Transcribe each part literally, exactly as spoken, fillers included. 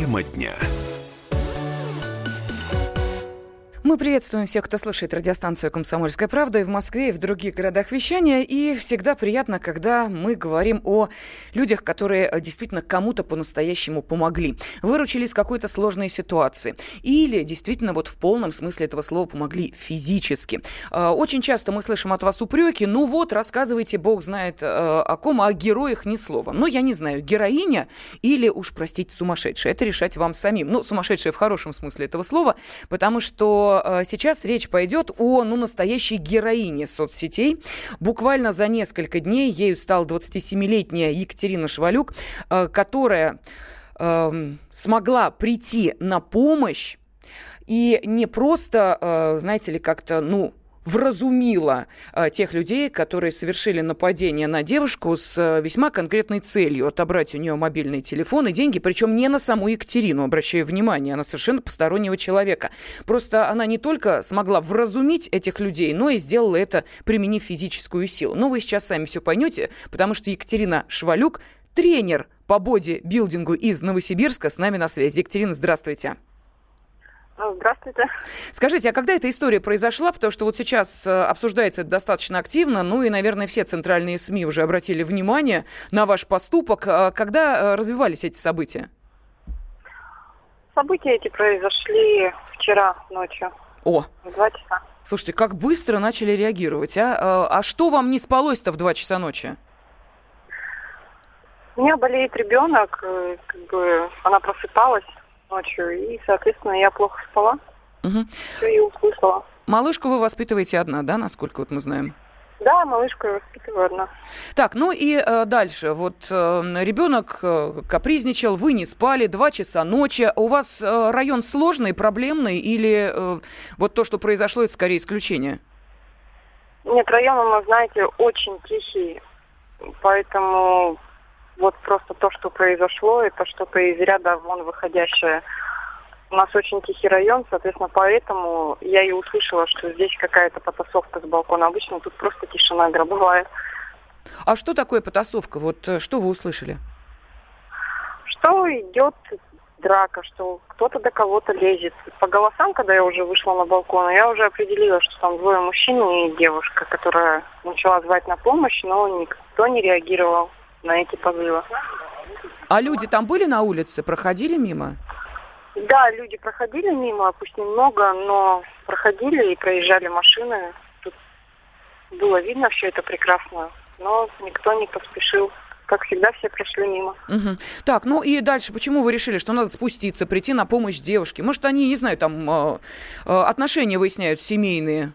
Тема дня. Мы приветствуем всех, кто слушает радиостанцию «Комсомольская правда» и в Москве, и в других городах вещания. И всегда приятно, когда мы говорим о людях, которые действительно кому-то по-настоящему помогли. Выручили из какой-то сложной ситуации. Или действительно вот в полном смысле этого слова помогли физически. Очень часто мы слышим от вас упреки. Ну вот, рассказывайте, бог знает о ком, а о героях ни слова. Но я не знаю, героиня или уж, простите, сумасшедшая. Это решать вам самим. Ну, сумасшедшая в хорошем смысле этого слова, потому что сейчас речь пойдет о, ну, настоящей героине соцсетей. Буквально за несколько дней ею стала двадцатисемилетняя Екатерина Швалюк, которая э, смогла прийти на помощь и не просто, э, знаете ли, как-то, ну, вразумила а, тех людей, которые совершили нападение на девушку с а, весьма конкретной целью отобрать у нее мобильный телефон и деньги, причем не на саму Екатерину, обращаю внимание, она совершенно постороннего человека. Просто она не только смогла вразумить этих людей, но и сделала это, применив физическую силу. Но вы сейчас сами все поймете, потому что Екатерина Швалюк, тренер по бодибилдингу из Новосибирска, с нами на связи. Екатерина, здравствуйте. Здравствуйте. Скажите, а когда эта история произошла? Потому что вот сейчас обсуждается это достаточно активно, ну и, наверное, все центральные СМИ уже обратили внимание на ваш поступок. Когда развивались эти события? События эти произошли вчера ночью. О! В два часа. Слушайте, как быстро начали реагировать, а? А что вам не спалось-то в два часа ночи? У меня болеет ребенок, как бы она просыпалась ночью, и, соответственно, я плохо спала. Угу. Все и услышала. Малышку вы воспитываете одна, да, насколько вот мы знаем? Да, малышку я воспитываю одна. Так, ну и э, дальше. Вот э, ребенок э, капризничал, вы не спали, два часа ночи. У вас э, район сложный, проблемный, или э, вот то, что произошло, это скорее исключение? Нет, район, вы знаете, очень тихий, поэтому... Вот просто то, что произошло, это что-то из ряда вон выходящее. У нас очень тихий район, соответственно, поэтому я и услышала, что здесь какая-то потасовка с балкона. Обычно тут просто тишина гробовая. А что такое потасовка? Вот что вы услышали? Что идет драка, что кто-то до кого-то лезет. По голосам, когда я уже вышла на балкон, я уже определила, что там двое мужчин и девушка, которая начала звать на помощь, но никто не реагировал на эти позывы. А люди там были на улице, проходили мимо? Да, люди проходили мимо, пусть немного, но проходили и проезжали машины. Тут было видно все это прекрасно, но никто не поспешил. Как всегда, все прошли мимо. Угу. Так, ну и дальше, почему вы решили, что надо спуститься, прийти на помощь девушке? Может, они, не знаю, там э, э, отношения выясняют семейные?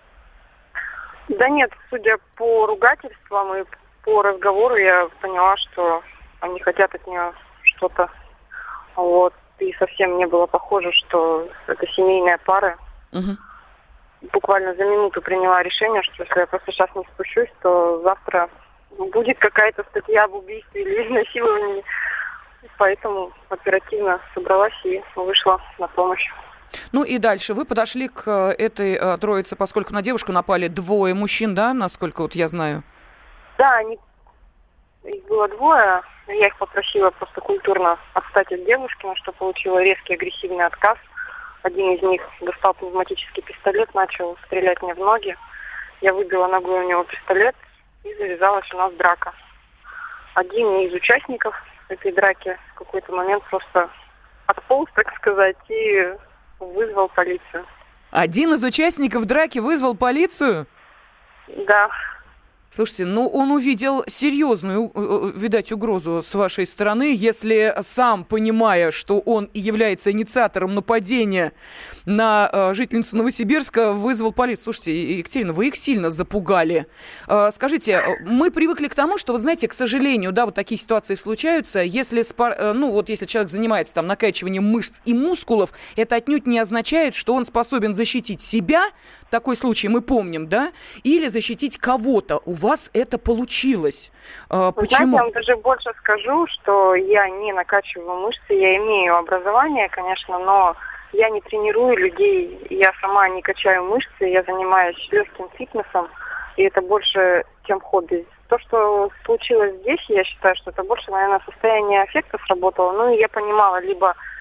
Да нет, судя по ругательствам и по разговору я поняла, что они хотят от нее что-то. Вот. И совсем не было похоже, что это семейная пара. Угу. Буквально за минуту приняла решение, что если я просто сейчас не спущусь, то завтра будет какая-то статья об убийстве или изнасиловании. Поэтому оперативно собралась и вышла на помощь. Ну и дальше. Вы подошли к этой э, троице, поскольку на девушку напали двое мужчин, да, насколько вот я знаю? Да, они, их было двое. Я их попросила просто культурно отстать от девушки, на что получила резкий агрессивный отказ. Один из них достал пневматический пистолет, начал стрелять мне в ноги. Я выбила ногой у него пистолет, и завязалась у нас драка. Один из участников этой драки в какой-то момент просто отполз, так сказать, и вызвал полицию. Один из участников драки вызвал полицию? Да. Слушайте, ну он увидел серьезную, видать, угрозу с вашей стороны, если сам, понимая, что он является инициатором нападения на э, жительницу Новосибирска, вызвал полицию. Слушайте, Екатерина, вы их сильно запугали. Э, скажите, мы привыкли к тому, что, вот знаете, к сожалению, да, вот такие ситуации случаются, если, спор, э, ну вот если человек занимается там накачиванием мышц и мускулов, это отнюдь не означает, что он способен защитить себя, такой случай мы помним, да, или защитить кого-то. У вас это получилось. А, почему? Знаете, я вам даже больше скажу, что я не накачиваю мышцы, я имею образование, конечно, но я не тренирую людей, я сама не качаю мышцы, я занимаюсь легким фитнесом, и это больше, чем хобби. То, что случилось здесь, я считаю, что это больше, наверное, состояние аффекта сработало. Ну, и я понимала, либо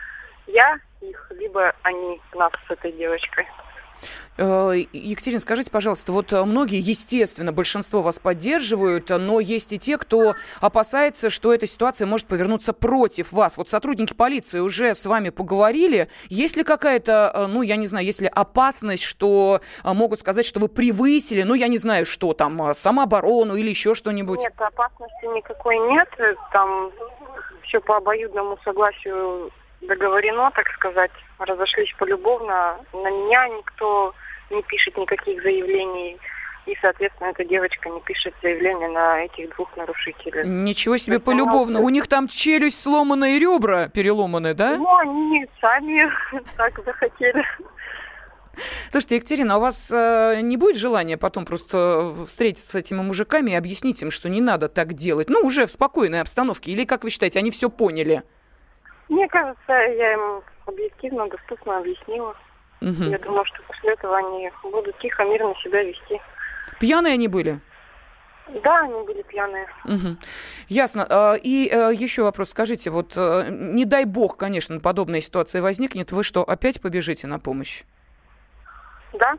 я их, либо они нас с этой девочкой. Екатерина, скажите, пожалуйста, вот многие, естественно, большинство вас поддерживают, но есть и те, кто опасается, что эта ситуация может повернуться против вас. Вот сотрудники полиции уже с вами поговорили. Есть ли какая-то, ну, я не знаю, есть ли опасность, что могут сказать, что вы превысили, ну, я не знаю, что там, самооборону или еще что-нибудь? Нет, опасности никакой нет. Там все по обоюдному согласию договорено, так сказать. Разошлись полюбовно. На меня никто не пишет никаких заявлений. И, соответственно, эта девочка не пишет заявления на этих двух нарушителей. Ничего себе полюбовно. У них там челюсть сломанная и ребра переломаны, да? Ну, они сами так захотели. Слушайте, Екатерина, а у вас э, не будет желания потом просто встретиться с этими мужиками и объяснить им, что не надо так делать? Ну, уже в спокойной обстановке. Или, как вы считаете, они все поняли? Мне кажется, я им объективно, доступно объяснила. Угу. Я думаю, что после этого они будут тихо, мирно себя вести. Пьяные они были? Да, они были пьяные. Угу. Ясно. И еще вопрос. Скажите, вот не дай бог, конечно, подобная ситуация возникнет, вы что, опять побежите на помощь? Да.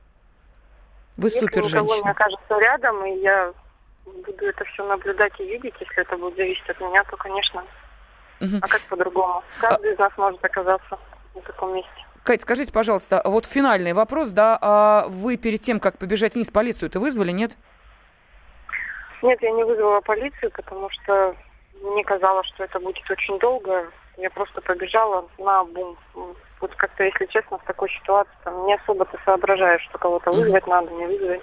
Вы супер женщина. Если никого не окажется рядом, и я буду это все наблюдать и видеть, если это будет зависеть от меня, то, конечно. Угу. А как по-другому? Каждый а... из нас может оказаться в таком месте. Кать, скажите, пожалуйста, вот финальный вопрос, да, а вы перед тем, как побежать вниз, полицию-то вызвали, нет? Нет, я не вызвала полицию, потому что мне казалось, что это будет очень долго. Я просто побежала на бум. Вот как-то, если честно, в такой ситуации там не особо ты соображаешь, что кого-то вызвать надо, не вызвать.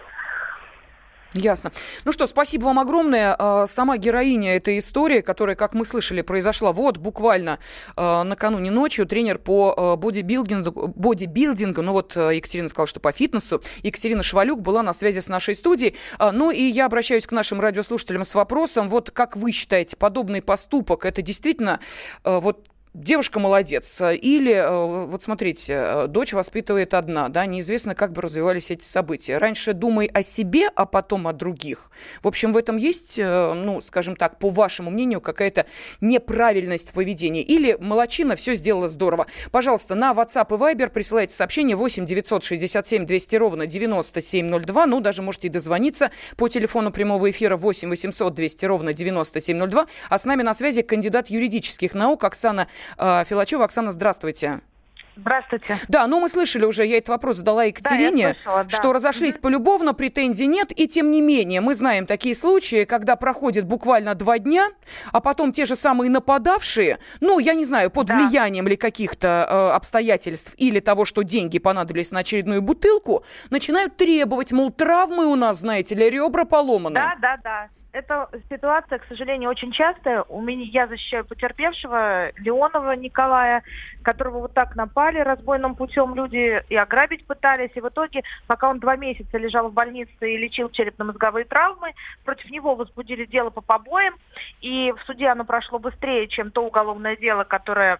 Ясно. Ну что, спасибо вам огромное. Сама героиня этой истории, которая, как мы слышали, произошла вот буквально накануне ночью. Тренер по бодибилдингу, бодибилдингу, ну вот Екатерина сказала, что по фитнесу. Екатерина Швалюк была на связи с нашей студией. Ну и я обращаюсь к нашим радиослушателям с вопросом. Вот как вы считаете, подобный поступок, это действительно вот... Девушка молодец. Или, вот смотрите, дочь воспитывает одна, да, неизвестно, как бы развивались эти события. Раньше думай о себе, а потом о других. В общем, в этом есть, ну, скажем так, по вашему мнению, какая-то неправильность в поведении. Или молодчина, все сделала здорово. Пожалуйста, на WhatsApp и Viber присылайте сообщение восемь девятьсот шестьдесят семь двести ровно девяносто семь ноль два. Ну, даже можете и дозвониться по телефону прямого эфира восемь восемьсот двести ровно девяносто семь ноль два. А с нами на связи кандидат юридических наук Оксана Филачева. Оксана, здравствуйте. Здравствуйте. Да, ну мы слышали уже, я этот вопрос задала Екатерине, да, слышала, да. Что разошлись mm-hmm. полюбовно, претензий нет, и тем не менее мы знаем такие случаи, когда проходит буквально два дня, а потом те же самые нападавшие, ну, я не знаю, под да. влиянием ли каких-то э, обстоятельств или того, что деньги понадобились на очередную бутылку, начинают требовать, мол, травмы у нас, знаете ли, ребра поломаны. Да, да, да. Эта ситуация, к сожалению, очень частая. У меня я защищаю потерпевшего Леонова Николая, которого вот так напали разбойным путем люди и ограбить пытались. И в итоге, пока он два месяца лежал в больнице и лечил черепно-мозговые травмы, против него возбудили дело по побоям. И в суде оно прошло быстрее, чем то уголовное дело, которое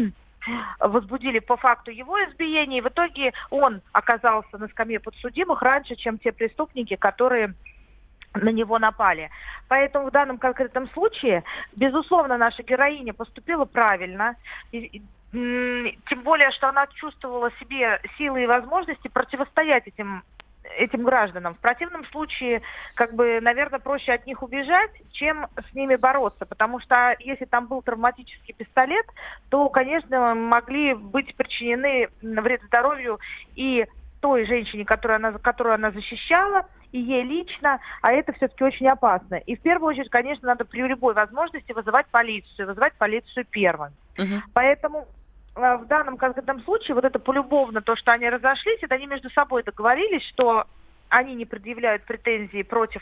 возбудили по факту его избиения. И в итоге он оказался на скамье подсудимых раньше, чем те преступники, которые на него напали. Поэтому в данном конкретном случае, безусловно, наша героиня поступила правильно. И, и, тем более, что она чувствовала в себе силы и возможности противостоять этим, этим гражданам. В противном случае, как бы, наверное, проще от них убежать, чем с ними бороться. Потому что если там был травматический пистолет, то, конечно, могли быть причинены вред здоровью и той женщине, которую она, которую она защищала, и ей лично, а это все-таки очень опасно. И в первую очередь, конечно, надо при любой возможности вызывать полицию, вызывать полицию первым. Uh-huh. Поэтому э, в данном конкретном случае вот это полюбовно, то, что они разошлись, это они между собой договорились, что они не предъявляют претензии против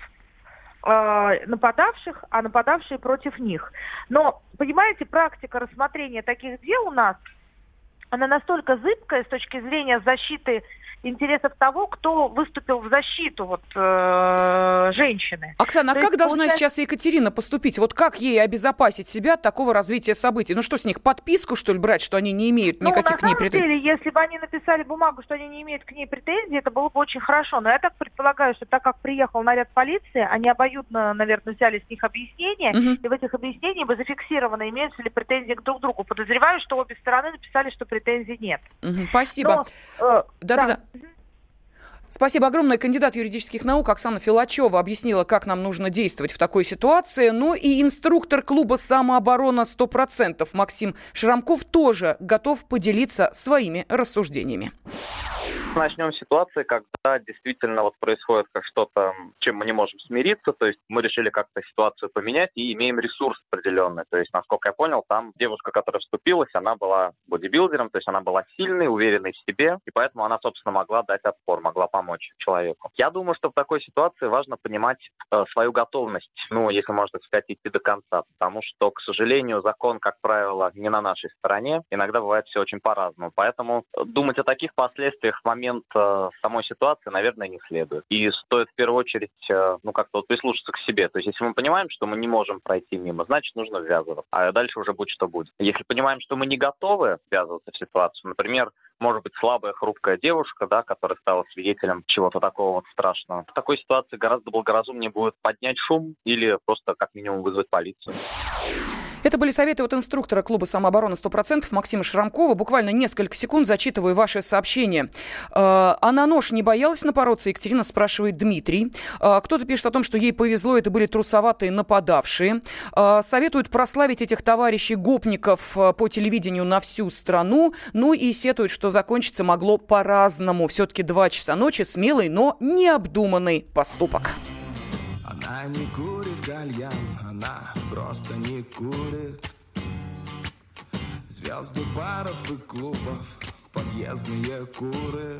э, нападавших, а нападавшие против них. Но, понимаете, практика рассмотрения таких дел у нас она настолько зыбкая с точки зрения защиты интересов того, кто выступил в защиту вот, э, женщины. Оксана, а То как есть, должна получается... сейчас Екатерина поступить? Вот как ей обезопасить себя от такого развития событий? Ну что, с них подписку, что ли, брать, что они не имеют никаких к ней претензий? Ну, на самом деле, если бы они написали бумагу, что они не имеют к ней претензий, это было бы очень хорошо. Но я так предполагаю, что так как приехал наряд полиции, они обоюдно, наверное, взяли с них объяснения, угу. и в этих объяснениях бы зафиксировано, имеются ли претензии к друг другу. Подозреваю, что обе стороны написали, что претензий нет. Угу. Спасибо. Но, э, да-да-да. Да. Спасибо огромное. Кандидат юридических наук Оксана Филачева объяснила, как нам нужно действовать в такой ситуации. Ну и инструктор клуба «Самооборона сто процентов» Максим Шрамков тоже готов поделиться своими рассуждениями. Начнем с ситуации, когда действительно вот происходит как что-то, с чем мы не можем смириться. То есть мы решили как-то ситуацию поменять и имеем ресурс определенный. То есть, насколько я понял, там девушка, которая вступилась, она была бодибилдером, то есть она была сильной, уверенной в себе, и поэтому она, собственно, могла дать отпор, могла помочь человеку. Я думаю, что в такой ситуации важно понимать э, свою готовность, ну, если можно так сказать, идти до конца. Потому что, к сожалению, закон, как правило, не на нашей стороне. Иногда бывает все очень по-разному. Поэтому думать о таких последствиях в момент э, самой ситуации, наверное, не следует. И стоит в первую очередь, э, ну, как-то вот прислушаться к себе. То есть, если мы понимаем, что мы не можем пройти мимо, значит, нужно ввязываться. А дальше уже будет, что будет. Если понимаем, что мы не готовы ввязываться в ситуацию, например, может быть, слабая, хрупкая девушка, да, которая стала свидетелем чего-то такого вот страшного. В такой ситуации гораздо благоразумнее будет поднять шум или просто, как минимум, вызвать полицию. Это были советы от инструктора клуба «Самооборона сто процентов» Максима Шрамкова. Буквально несколько секунд зачитываю ваши сообщения. А на нож не боялась напороться? Екатерина спрашивает Дмитрий. Кто-то пишет о том, что ей повезло, это были трусоватые нападавшие. Советуют прославить этих товарищей гопников по телевидению на всю страну. Ну и сетуют, что закончиться могло по-разному. Все-таки два часа ночи, смелый, но необдуманный поступок. Она не курит кальян, она просто не курит. Звезды баров и клубов, подъездные куры.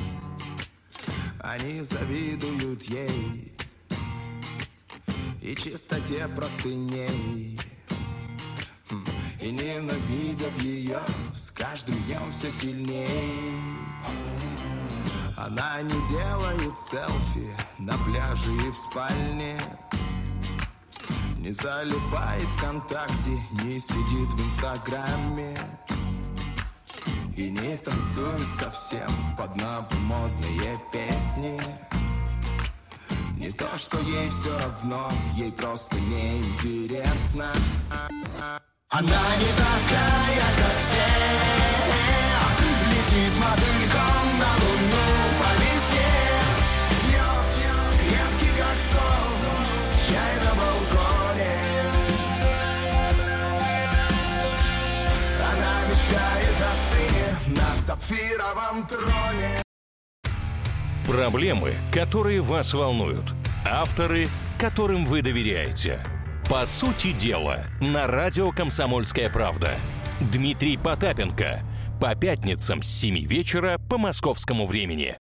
Они завидуют ей и чистоте простыней, и ненавидят ее с каждым днем все сильней. Она не делает селфи на пляже и в спальне, не залипает ВКонтакте, не сидит в Инстаграме и не танцует совсем под новомодные песни. Не то, что ей все равно, ей просто неинтересно. Она не такая, как все, летит мотыльком на луну по весне, пьет крепкий как сон, чай на балконе. Она мечтает о сыне на сапфировом троне. Проблемы, которые вас волнуют. Авторы, которым вы доверяете. По сути дела, на радио «Комсомольская правда». Дмитрий Потапенко. По пятницам с семи вечера по московскому времени.